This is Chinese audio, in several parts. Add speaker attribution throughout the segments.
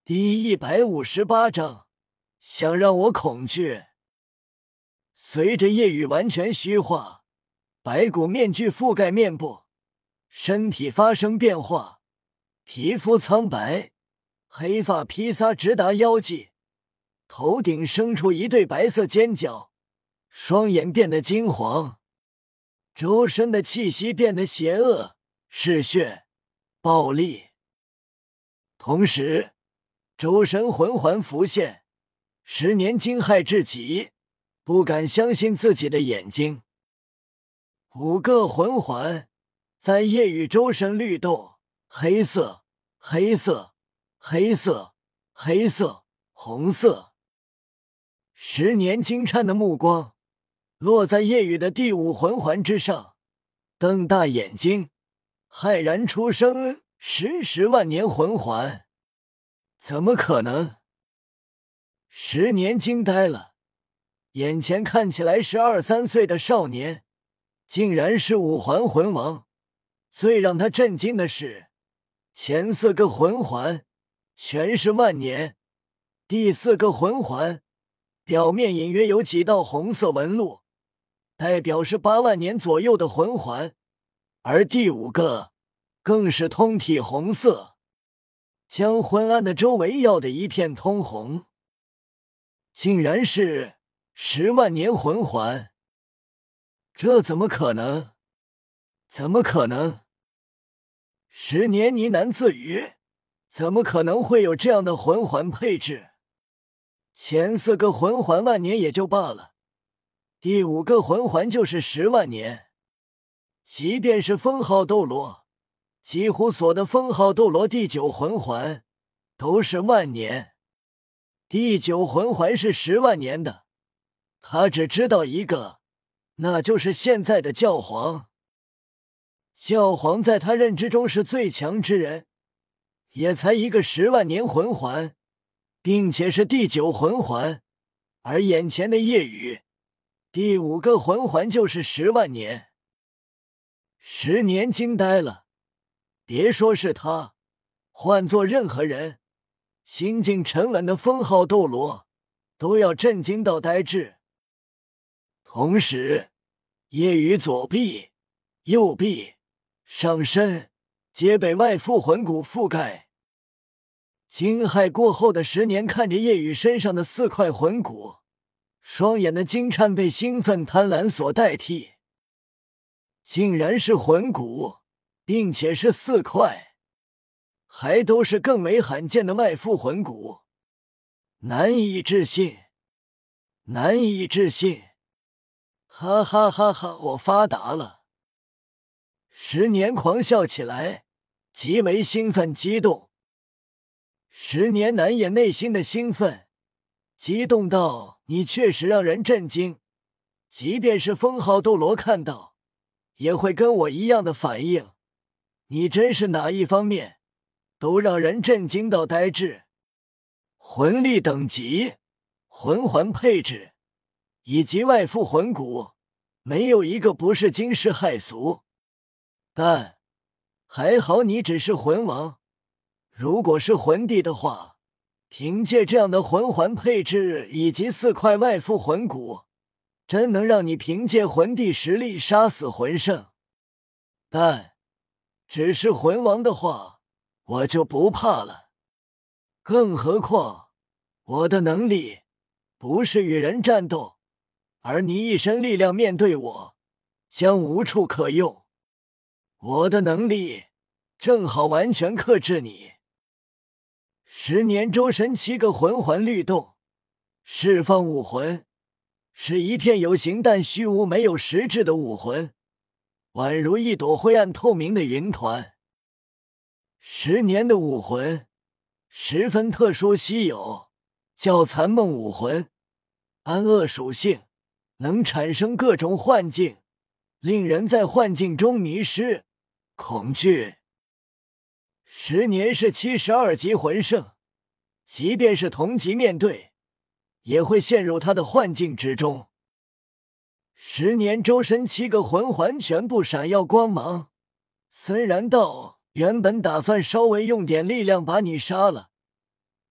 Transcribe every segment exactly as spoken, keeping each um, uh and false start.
Speaker 1: 第一百五十八章，想让我恐惧。随着夜雨完全虚化，白骨面具覆盖面部，身体发生变化，皮肤苍白，黑发披萨直达腰际，头顶生出一对白色尖角，双眼变得金黄，周身的气息变得邪恶、嗜血、暴力。同时周身魂环浮现，十年惊骇至极，不敢相信自己的眼睛。五个魂环在夜雨周身律动，黑色、黑色、黑色、黑色、红色。十年惊颤的目光落在夜雨的第五魂环之上，瞪大眼睛，骇然出声：十十万年魂环，怎么可能？十年惊呆了，眼前看起来十二三岁的少年，竟然是五环魂王。最让他震惊的是，前四个魂环全是万年，第四个魂环表面隐约有几道红色纹路，代表是八万年左右的魂环，而第五个更是通体红色，将昏暗的周围耀得一片通红。竟然是十万年魂环，这怎么可能？怎么可能？十年呢喃自语，怎么可能会有这样的魂环配置？前四个魂环万年也就罢了，第五个魂环就是十万年。即便是封号斗罗，几乎所的封号斗罗第九魂环都是万年，第九魂环是十万年的。他只知道一个，那就是现在的教皇。教皇在他认知中是最强之人，也才一个十万年魂环，并且是第九魂环，而眼前的夜雨，第五个魂环就是十万年。十年惊呆了，别说是他，换做任何人，心境沉稳的封号斗罗都要震惊到呆滞。同时，夜雨左臂、右臂、上身皆被外附魂骨覆盖。惊骇过后的十年看着夜雨身上的四块魂骨，双眼的惊颤被兴奋贪婪所代替。竟然是魂骨，并且是四块，还都是更为罕见的外附魂骨，难以置信，难以置信！哈哈哈哈！我发达了！十年狂笑起来，极为兴奋激动。十年难掩内心的兴奋，激动到你确实让人震惊，即便是封号斗罗看到也会跟我一样的反应。你真是哪一方面都让人震惊到呆滞。魂力等级、魂环配置以及外附魂骨，没有一个不是惊世骇俗。但还好你只是魂王，如果是魂帝的话，凭借这样的魂环配置以及四块外附魂骨，真能让你凭借魂帝实力杀死魂圣。但只是魂王的话，我就不怕了。更何况我的能力不是与人战斗，而你一身力量面对我将无处可用。我的能力正好完全克制你。十年周身七个魂环律动，释放武魂，是一片有形但虚无没有实质的武魂，宛如一朵灰暗透明的云团。十年的武魂十分特殊稀有，叫残梦武魂，安恶属性，能产生各种幻境，令人在幻境中迷失、恐惧。十年是七十二级魂圣，即便是同级面对，也会陷入他的幻境之中。十年周身七个魂环全部闪耀光芒。森然道原本打算稍微用点力量把你杀了，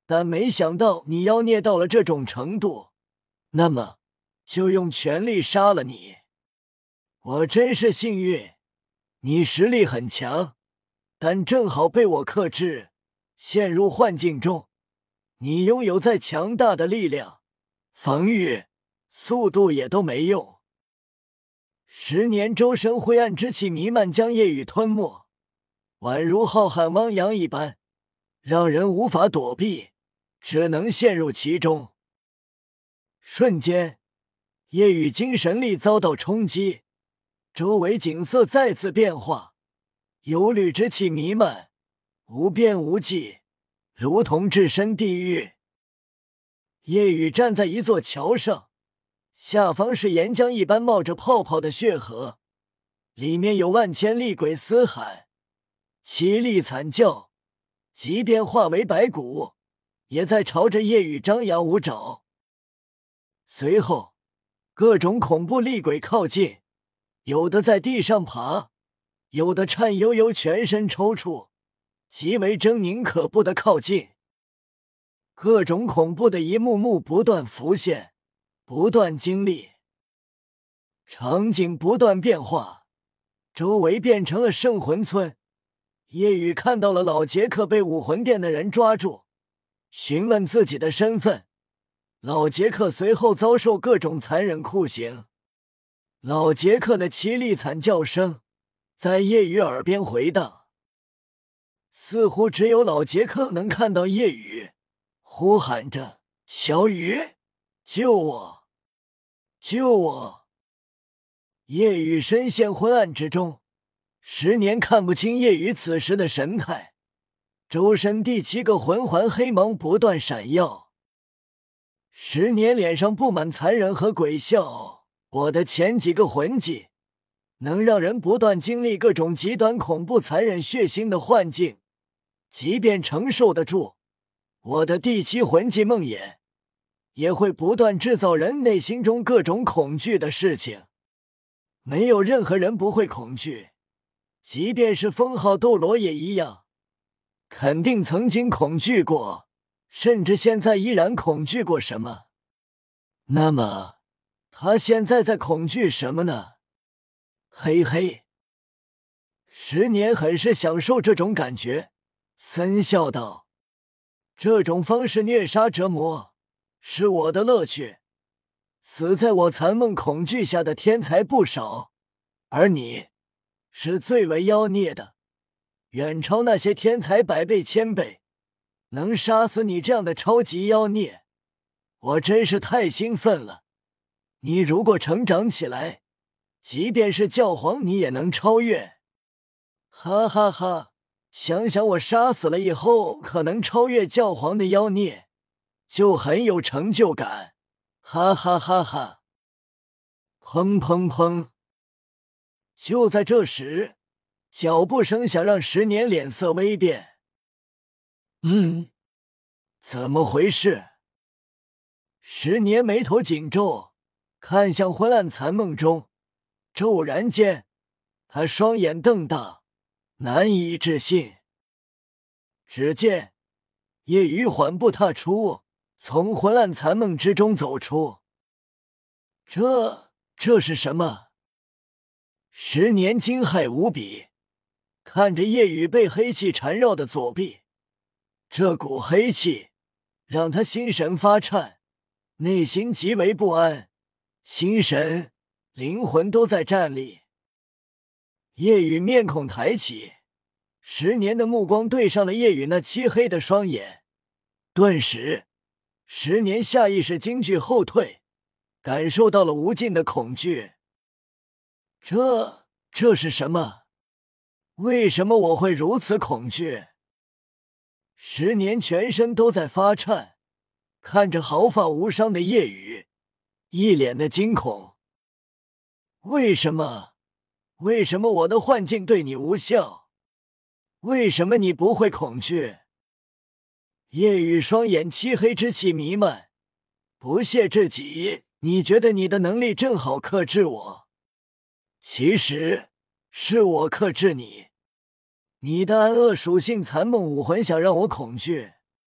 Speaker 1: 但没想到你妖孽到了这种程度，那么就用全力杀了你。我真是幸运，你实力很强，但正好被我克制，陷入幻境中。你拥有再强大的力量，防御、速度也都没用。十年周身灰暗之气弥漫，将夜雨吞没，宛如浩瀚汪洋一般，让人无法躲避，只能陷入其中。瞬间，夜雨精神力遭到冲击，周围景色再次变化，幽绿之气弥漫，无边无际，如同置身地狱。夜雨站在一座桥上，下方是岩浆一般冒着泡泡的血河，里面有万千厉鬼嘶喊，凄厉惨叫，即便化为白骨，也在朝着夜雨张牙舞爪。随后，各种恐怖厉鬼靠近，有的在地上爬，有的颤悠悠全身抽搐，极为狰狞可怖的靠近。各种恐怖的一幕幕不断浮现，不断经历，场景不断变化，周围变成了圣魂村。夜雨看到了老杰克被武魂殿的人抓住，询问自己的身份。老杰克随后遭受各种残忍酷刑。老杰克的凄厉惨叫声在夜雨耳边回荡，似乎只有老杰克能看到夜雨呼喊着：“小雨，救我！救我！”夜雨深陷昏暗之中，十年看不清夜雨此时的神态，周身第七个魂环黑芒不断闪耀。十年脸上布满残忍和诡笑，我的前几个魂技能让人不断经历各种极端恐怖、残忍、血腥的幻境，即便承受得住，我的第七魂技梦魇也会不断制造人内心中各种恐惧的事情。没有任何人不会恐惧，即便是封号斗罗也一样，肯定曾经恐惧过，甚至现在依然恐惧过什么。那么他现在在恐惧什么呢？嘿嘿，十年很是享受这种感觉，森笑道：“这种方式虐杀折磨是我的乐趣。死在我残梦恐惧下的天才不少，而你是最为妖孽的，远超那些天才百倍千倍。能杀死你这样的超级妖孽，我真是太兴奋了。你如果成长起来，即便是教皇你也能超越。哈哈哈，想想我杀死了以后可能超越教皇的妖孽，就很有成就感。哈哈哈哈！砰砰砰！就在这时，脚步声响让十年脸色微变。嗯，怎么回事？十年眉头紧皱，看向昏暗残梦中，骤然间，他双眼瞪大，难以置信。只见夜雨缓步踏出，从昏暗残梦之中走出。这这是什么？十年惊骇无比，看着夜雨被黑气缠绕的左臂，这股黑气让他心神发颤，内心极为不安，心神、灵魂都在战栗。夜雨面孔抬起，十年的目光对上了夜雨那漆黑的双眼，顿时十年下意识惊惧后退，感受到了无尽的恐惧。这这是什么？为什么我会如此恐惧？十年全身都在发颤，看着毫发无伤的夜雨，一脸的惊恐。为什么？为什么我的幻境对你无效？为什么你不会恐惧？夜雨双眼漆黑之气弥漫，不屑至极。你觉得你的能力正好克制我，其实是我克制你。你的暗恶属性残梦武魂想让我恐惧，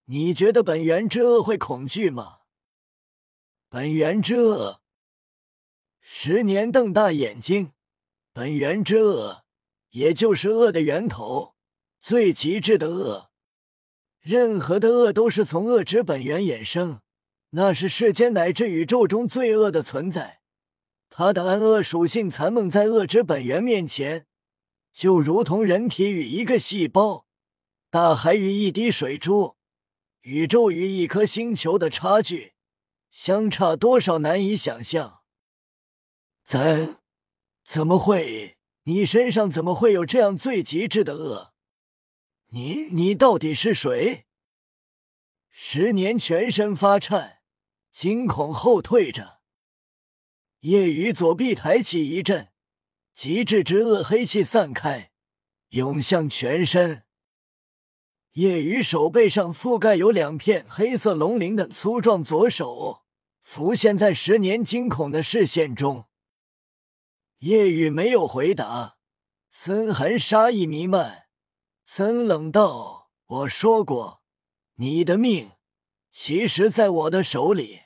Speaker 1: 你觉得本源之恶会恐惧吗？本源之恶。十年瞪大眼睛，本源之恶，也就是恶的源头，最极致的恶。任何的恶都是从恶之本源衍生，那是世间乃至宇宙中最恶的存在。它的暗恶属性残梦在恶之本源面前，就如同人体与一个细胞，大海与一滴水珠，宇宙与一颗星球的差距，相差多少难以想象。怎怎么会？你身上怎么会有这样最极致的恶？你你到底是谁？十年全身发颤，惊恐后退着。夜雨左臂抬起一阵，极致之恶黑气散开，涌向全身。夜雨手背上覆盖有两片黑色龙鳞的粗壮左手，浮现在十年惊恐的视线中。夜雨没有回答，森寒杀意弥漫。森冷道：“我说过，你的命其实在我的手里。”